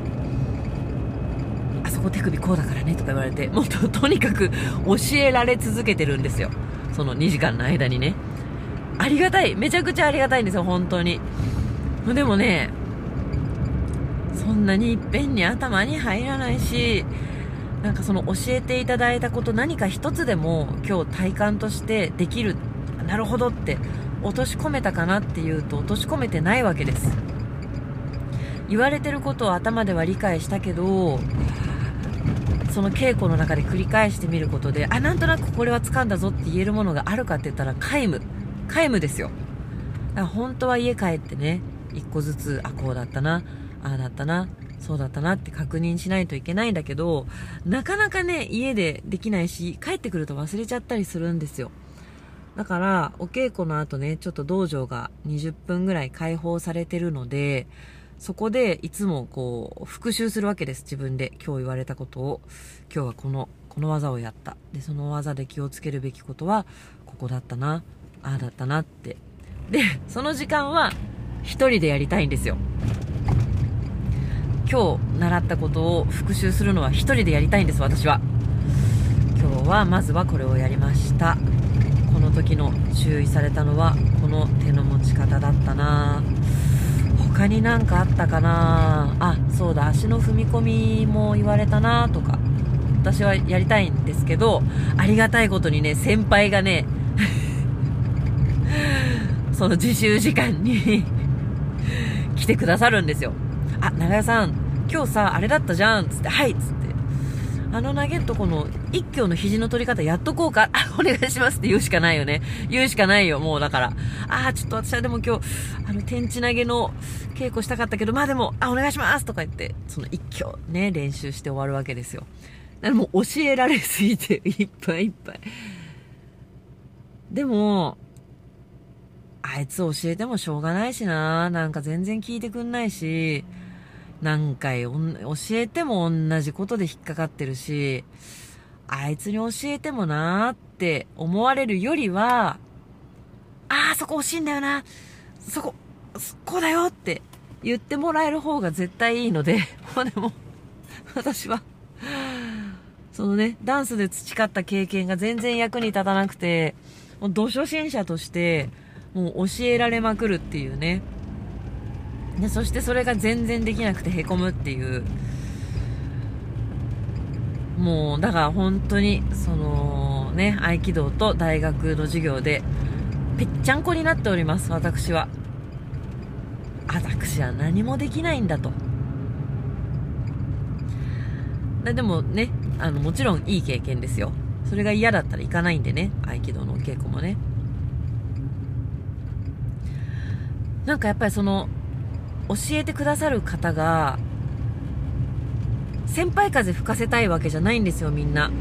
そこ手首こうだからねとか言われて、もっとにかく教えられ続けてるんですよ、その2時間の間にね。ありがたい、めちゃくちゃありがたいんですよ、本当に。でもね、そんなにいっぺんに頭に入らないし、なんかその教えていただいたこと、何か一つでも今日体感としてできる、なるほどって落とし込めたかなっていうと、落とし込めてないわけです。言われてることを頭では理解したけど、その稽古の中で繰り返してみることで、なんとなくこれは掴んだぞって言えるものがあるかって言ったら皆無ですよ。だから本当は家帰ってね、一個ずつこうだったな、だったな、そうだったなって確認しないといけないんだけど、なかなかね家でできないし、帰ってくると忘れちゃったりするんですよ。だからお稽古の後ね、ちょっと道場が20分ぐらい開放されてるので、そこでいつもこう復習するわけです、自分で今日言われたことを。今日はこの技をやった、でその技で気をつけるべきことはここだったな、だったなって。でその時間は一人でやりたいんですよ。今日習ったことを復習するのは一人でやりたいんです、私は。今日はまずはこれをやりました、この時の注意されたのはこの手の持ち方だったな。他になんかあったかなあ。そうだ、足の踏み込みも言われたなとか。私はやりたいんですけど、ありがたいことにね、先輩がねその自習時間に来てくださるんですよ。あ、長屋さん今日さあれだったじゃんつって、はいっつって、投げるとこの一挙の肘の取り方やっとこうか、あ、お願いしますって言うしかないよね。言うしかないよ、もう。だからちょっと私はでも今日天地投げの稽古したかったけど、まあでもお願いしますとか言って、その一挙ね練習して終わるわけですよ。だからもう教えられすぎていっぱいいっぱい。でもあいつ教えてもしょうがないしな、なんか全然聞いてくんないし、何回教えても同じことで引っかかってるし、あいつに教えてもなーって思われるよりは、そこ惜しいんだよな、こうだよって言ってもらえる方が絶対いいので、でも私はそのね、ダンスで培った経験が全然役に立たなくて、もうど初心者としてもう教えられまくるっていうね。でそしてそれが全然できなくてへこむっていう、もうだから本当にそのね、合気道と大学の授業でぺっちゃんこになっております。私は何もできないんだと。でもね、もちろんいい経験ですよ。それが嫌だったら行かないんでね、合気道のお稽古もね。なんかやっぱりその教えてくださる方が先輩風吹かせたいわけじゃないんですよ。みんな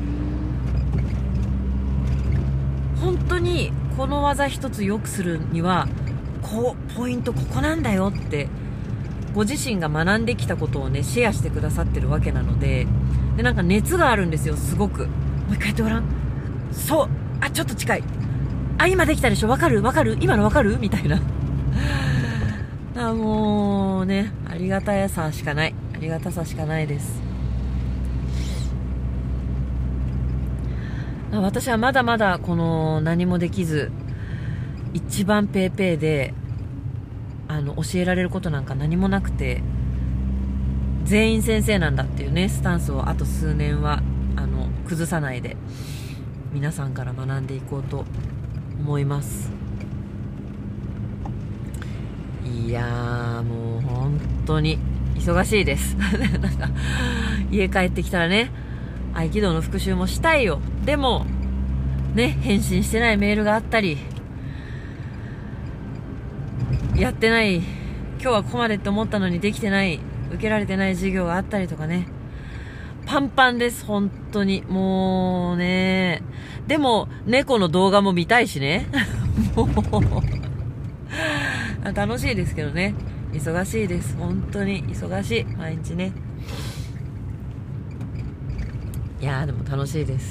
本当にこの技一つ良くするにはポイントここなんだよってご自身が学んできたことをねシェアしてくださってるわけなので、なんか熱があるんですよ、すごく。もう一回やってごらん。そう、ちょっと近い、今できたでしょ、わかる今のわかるみたいなもうね、ありがたさしかないです。私はまだまだこの何もできず一番ペーペーで教えられることなんか何もなくて、全員先生なんだっていうねスタンスをあと数年は崩さないで皆さんから学んでいこうと思います。いやーもう本当に忙しいですなんか家帰ってきたらね、合気道の復習もしたいよ。でもね、返信してないメールがあったり、やってない、今日はここまでって思ったのにできてない、受けられてない授業があったりとかね、パンパンです本当に。もうね、でも猫の動画も見たいしねもう楽しいですけどね、忙しいです、本当に忙しい毎日ね。いやーでも楽しいです。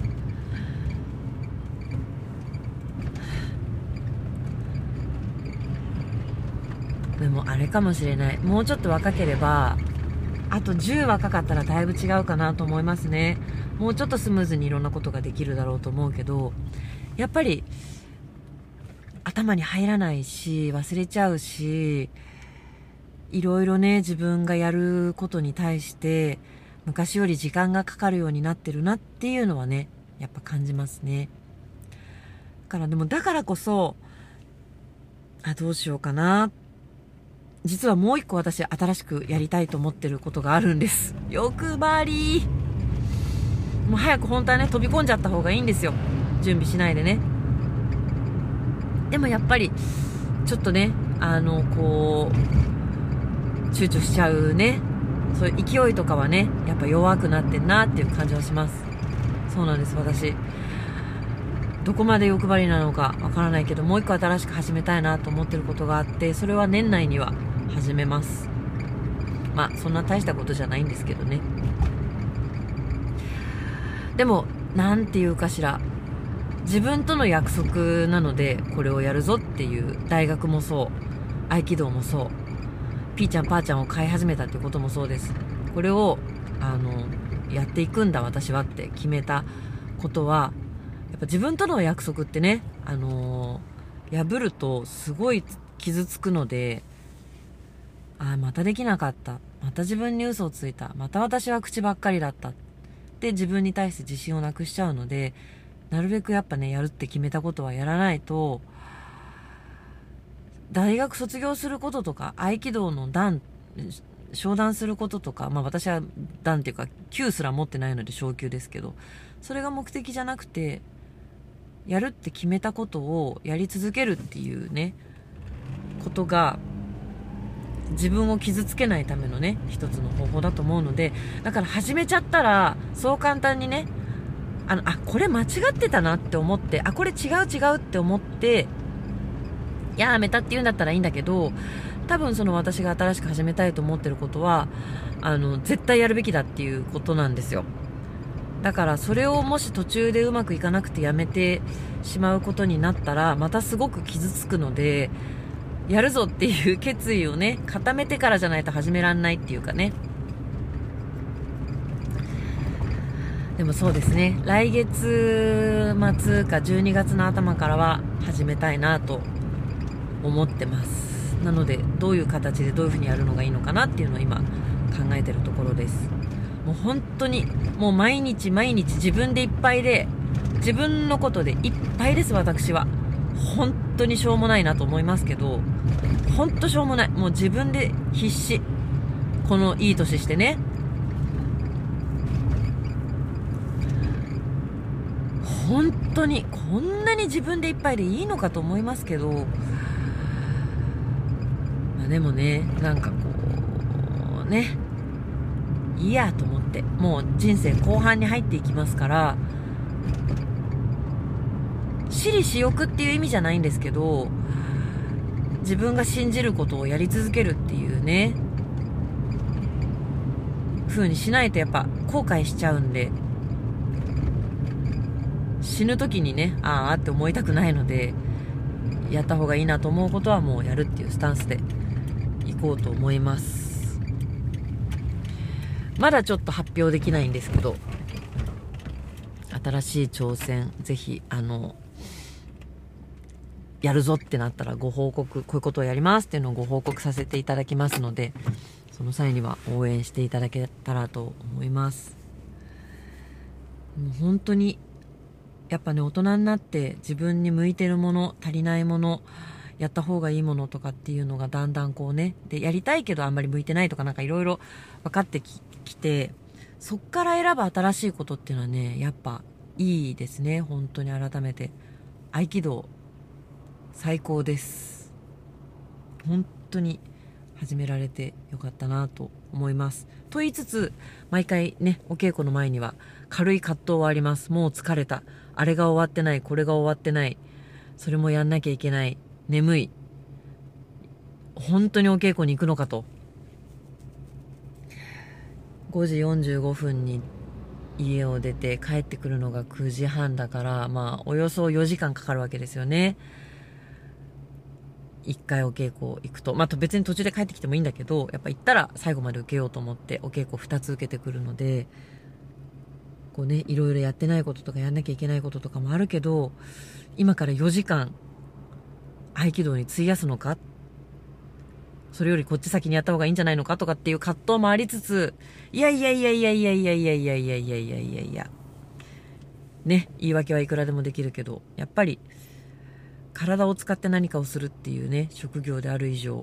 でもあれかもしれない、もうちょっと若ければ、あと10若かったらだいぶ違うかなと思いますね。もうちょっとスムーズにいろんなことができるだろうと思うけど、やっぱり頭に入らないし忘れちゃうし、いろいろね自分がやることに対して昔より時間がかかるようになってるなっていうのはねやっぱ感じますね。だからこそどうしようかな、実はもう一個私新しくやりたいと思ってることがあるんです。欲張り。もう早く本当はね飛び込んじゃった方がいいんですよ、準備しないでね。でもやっぱりちょっとねこう躊躇しちゃうね、そういう勢いとかはねやっぱ弱くなってんなっていう感じはします。そうなんです。私どこまで欲張りなのかわからないけど、もう一個新しく始めたいなと思ってることがあって、それは年内には始めます。まあそんな大したことじゃないんですけどね。でもなんていうかしら、自分との約束なのでこれをやるぞっていう、大学もそう合気道もそう、ピーちゃんパーちゃんを飼い始めたっていうこともそうです。これをやっていくんだ私はって決めたことはやっぱ自分との約束ってね、破るとすごい傷つくので、またできなかった。また自分に嘘をついた。また私は口ばっかりだった。って自分に対して自信をなくしちゃうので、なるべくやっぱね、やるって決めたことはやらないと、大学卒業することとか、合気道の昇段することとか、私は段っていうか、級すら持ってないので昇級ですけど、それが目的じゃなくて、やるって決めたことをやり続けるっていうね、ことが、自分を傷つけないためのね、一つの方法だと思うので、だから始めちゃったら、そう簡単にね、これ間違ってたなって思って、これ違うって思って、やめたって言うんだったらいいんだけど、多分その私が新しく始めたいと思ってることは、絶対やるべきだっていうことなんですよ。だからそれをもし途中でうまくいかなくてやめてしまうことになったら、またすごく傷つくので、やるぞっていう決意をね、固めてからじゃないと始めらんないっていうかね。でもそうですね、来月末か12月の頭からは始めたいなと思ってます。なので、どういう形でどういうふうにやるのがいいのかなっていうのを今考えてるところです。もう本当に、もう毎日自分でいっぱいで、自分のことでいっぱいです、私は。本当にしょうもないなと思いますけど、本当しょうもない。もう自分で必死。このいい年してね。本当に、こんなに自分でいっぱいでいいのかと思いますけど、でもね、なんかこう、ね、いいやと思って、もう人生後半に入っていきますから、私利私欲っていう意味じゃないんですけど、自分が信じることをやり続けるっていうね、風にしないとやっぱ後悔しちゃうんで、死ぬ時にね、って思いたくないので、やった方がいいなと思うことはもうやるっていうスタンスでいこうと思います。まだちょっと発表できないんですけど、新しい挑戦、ぜひやるぞってなったらご報告、こういうことをやりますっていうのをご報告させていただきますので、その際には応援していただけたらと思います。もう本当にやっぱね、大人になって自分に向いてるもの、足りないもの、やった方がいいものとかっていうのがだんだんこうね、でやりたいけどあんまり向いてないとかなんかいろいろ分かってきて、そっから選ぶ新しいことっていうのはね、やっぱいいですね。本当に改めて合気道最高です。本当に始められてよかったなと思います。と言いつつ、毎回ね、お稽古の前には軽い葛藤はあります。もう疲れた。あれが終わってない。これが終わってない。それもやんなきゃいけない。眠い。本当にお稽古に行くのかと。5時45分に家を出て帰ってくるのが9時半だから、およそ4時間かかるわけですよね。一回お稽古行くと、別に途中で帰ってきてもいいんだけど、やっぱ行ったら最後まで受けようと思ってお稽古2つ受けてくるので、こうね、いろいろやってないこととかやんなきゃいけないこととかもあるけど、今から4時間合気道に費やすのか、それよりこっち先にやった方がいいんじゃないのかとかっていう葛藤もありつつ、いやね、言い訳はいくらでもできるけど、やっぱり体を使って何かをするっていうね、職業である以上、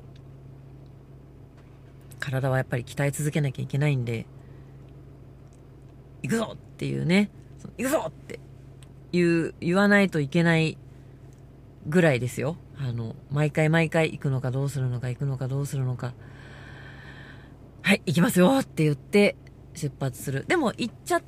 体はやっぱり鍛え続けなきゃいけないんで、行くぞっていうね、行くぞって言わないといけないぐらいですよ。毎回行くのかどうするのか、はい、行きますよって言って出発する。でも行っちゃって、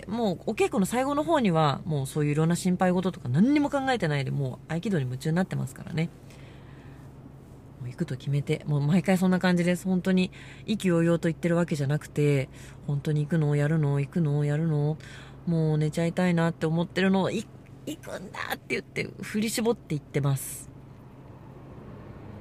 もうお稽古の最後の方には、もうそういういろんな心配事とか何にも考えてないで、もう合気道に夢中になってますからね。もう行くと決めて、もう毎回そんな感じです。本当に意気揚々と言ってるわけじゃなくて、本当に行くの、やるの、もう寝ちゃいたいなって思ってるのを、行くんだって言って振り絞って言ってます。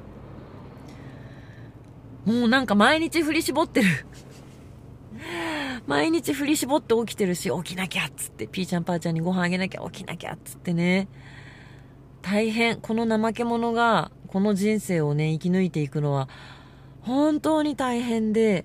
もうなんか毎日振り絞ってる毎日振り絞って起きてるし、起きなきゃっつって、ピーちゃんパーちゃんにご飯あげなきゃ、起きなきゃっつってね。大変。この怠け者が、この人生をね、生き抜いていくのは、本当に大変で、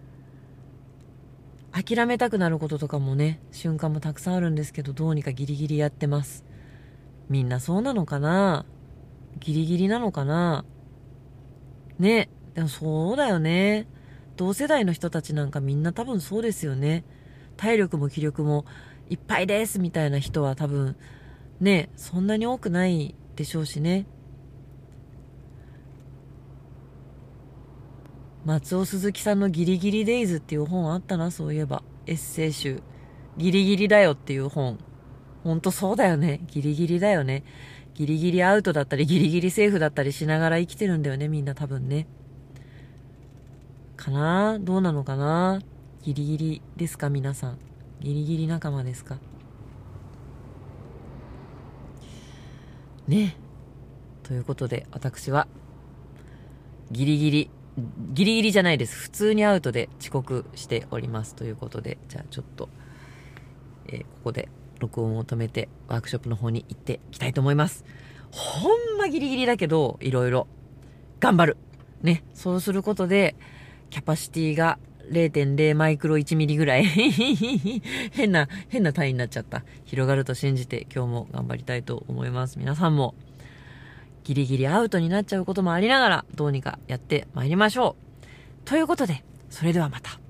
諦めたくなることとかもね、瞬間もたくさんあるんですけど、どうにかギリギリやってます。みんなそうなのかな？ギリギリなのかな？ね。でもそうだよね。同世代の人たちなんかみんな多分そうですよね。体力も気力もいっぱいですみたいな人は多分ね、そんなに多くないでしょうしね。松尾鈴木さんのギリギリデイズっていう本あったな、そういえば。エッセイ集。ギリギリだよっていう本。ほんとそうだよね。ギリギリだよね。ギリギリアウトだったり、ギリギリセーフだったりしながら生きてるんだよね、みんな多分ね。かな？どうなのかな？ギリギリですか、皆さん。ギリギリ仲間ですか？ね。ということで、私は、ギリギリじゃないです。普通にアウトで遅刻しております。ということで、じゃあちょっと、ここで録音を止めてワークショップの方に行っていきたいと思います。ほんまギリギリだけど、いろいろ頑張る。ね。そうすることで、キャパシティが 0.0 マイクロ1ミリぐらい変な単位になっちゃった。広がると信じて今日も頑張りたいと思います。皆さんもギリギリアウトになっちゃうこともありながらどうにかやってまいりましょう。ということで、それではまた。